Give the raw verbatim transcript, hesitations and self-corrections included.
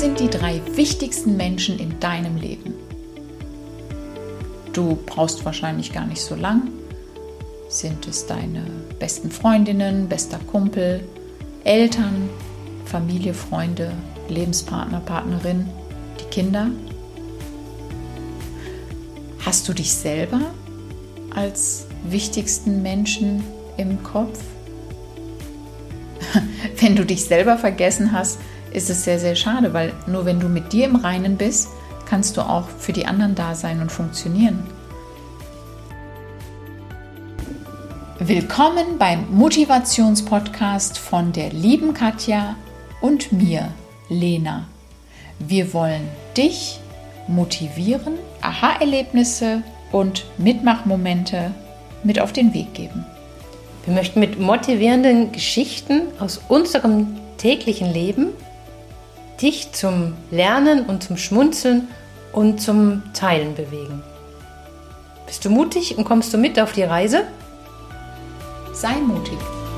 sind die drei wichtigsten Menschen in deinem Leben? Du brauchst wahrscheinlich gar nicht so lang. Sind es deine besten Freundinnen, bester Kumpel, Eltern, Familie, Freunde, Lebenspartner, Partnerin, die Kinder? Hast du dich selber als wichtigsten Menschen im Kopf? Wenn du dich selber vergessen hast, ist es sehr, sehr schade, weil nur wenn du mit dir im Reinen bist, kannst du auch für die anderen da sein und funktionieren. Willkommen beim Motivationspodcast von der lieben Katja und mir, Lena. Wir wollen dich motivieren, Aha-Erlebnisse und Mitmachmomente mit auf den Weg geben. Wir möchten mit motivierenden Geschichten aus unserem täglichen Leben dich zum Lernen und zum Schmunzeln und zum Teilen bewegen. Bist du mutig und kommst du mit auf die Reise? Sei mutig.